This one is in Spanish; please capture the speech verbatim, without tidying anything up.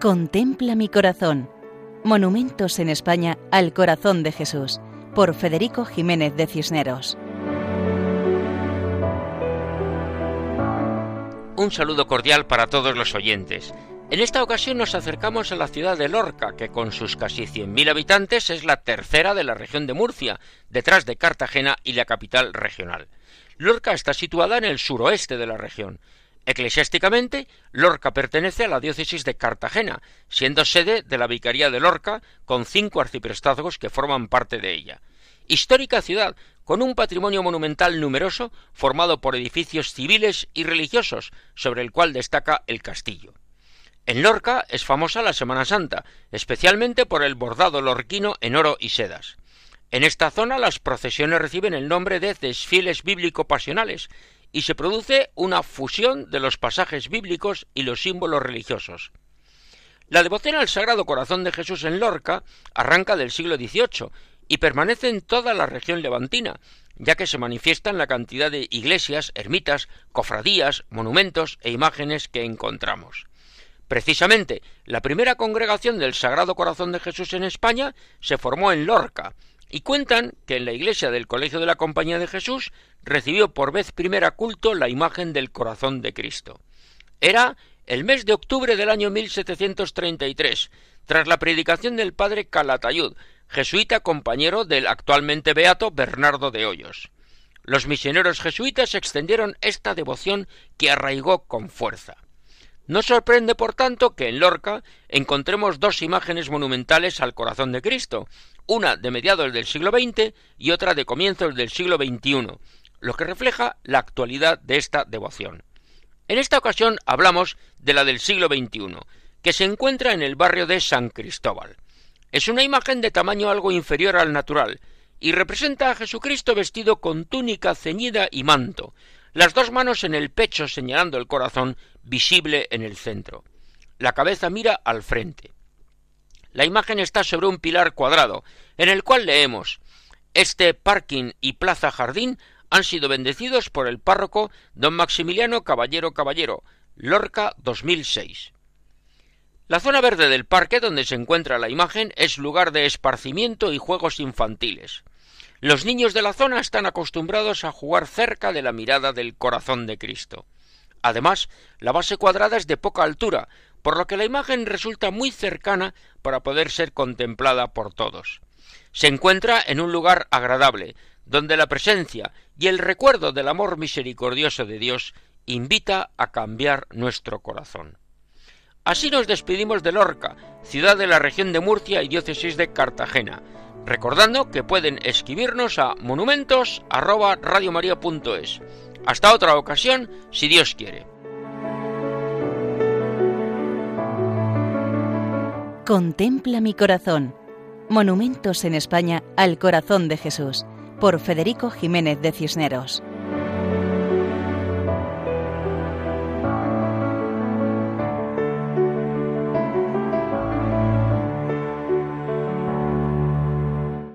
Contempla mi corazón. Monumentos en España al corazón de Jesús, por Federico Jiménez de Cisneros. Un saludo cordial para todos los oyentes. En esta ocasión nos acercamos a la ciudad de Lorca, que con sus casi cien mil habitantes es la tercera de la región de Murcia, detrás de Cartagena y la capital regional. Lorca está situada en el suroeste de la región. Eclesiásticamente, Lorca pertenece a la diócesis de Cartagena, siendo sede de la Vicaría de Lorca, con cinco arciprestazgos que forman parte de ella. Histórica ciudad, con un patrimonio monumental numeroso, formado por edificios civiles y religiosos, sobre el cual destaca el castillo. En Lorca es famosa la Semana Santa, especialmente por el bordado lorquino en oro y sedas. En esta zona las procesiones reciben el nombre de desfiles bíblico-pasionales, y se produce una fusión de los pasajes bíblicos y los símbolos religiosos. La devoción al Sagrado Corazón de Jesús en Lorca arranca del siglo dieciocho y permanece en toda la región levantina, ya que se manifiestan la cantidad de iglesias, ermitas, cofradías, monumentos e imágenes que encontramos. Precisamente, la primera congregación del Sagrado Corazón de Jesús en España se formó en Lorca, y cuentan que en la iglesia del Colegio de la Compañía de Jesús recibió por vez primera culto la imagen del Corazón de Cristo. Era el mes de octubre del año mil setecientos treinta y tres, tras la predicación del padre Calatayud, jesuita compañero del actualmente beato Bernardo de Hoyos. Los misioneros jesuitas extendieron esta devoción que arraigó con fuerza. No sorprende, por tanto, que en Lorca encontremos dos imágenes monumentales al Corazón de Cristo, una de mediados del siglo veinte y otra de comienzos del siglo veintiuno, lo que refleja la actualidad de esta devoción. En esta ocasión hablamos de la del siglo veintiuno, que se encuentra en el barrio de San Cristóbal. Es una imagen de tamaño algo inferior al natural, y representa a Jesucristo vestido con túnica ceñida y manto, las dos manos en el pecho señalando el corazón visible en el centro. La cabeza mira al frente. La imagen está sobre un pilar cuadrado, en el cual leemos: «Este parking y plaza jardín han sido bendecidos por el párroco don Maximiliano Caballero Caballero, Lorca dos mil seis». La zona verde del parque donde se encuentra la imagen es lugar de esparcimiento y juegos infantiles. Los niños de la zona están acostumbrados a jugar cerca de la mirada del Corazón de Cristo. Además, la base cuadrada es de poca altura, por lo que la imagen resulta muy cercana para poder ser contemplada por todos. Se encuentra en un lugar agradable, donde la presencia y el recuerdo del amor misericordioso de Dios invita a cambiar nuestro corazón. Así nos despedimos de Lorca, ciudad de la región de Murcia y diócesis de Cartagena, recordando que pueden escribirnos a monumentos arroba radiomaria punto es. Hasta otra ocasión, si Dios quiere. Contempla mi corazón. Monumentos en España al corazón de Jesús, por Federico Jiménez de Cisneros.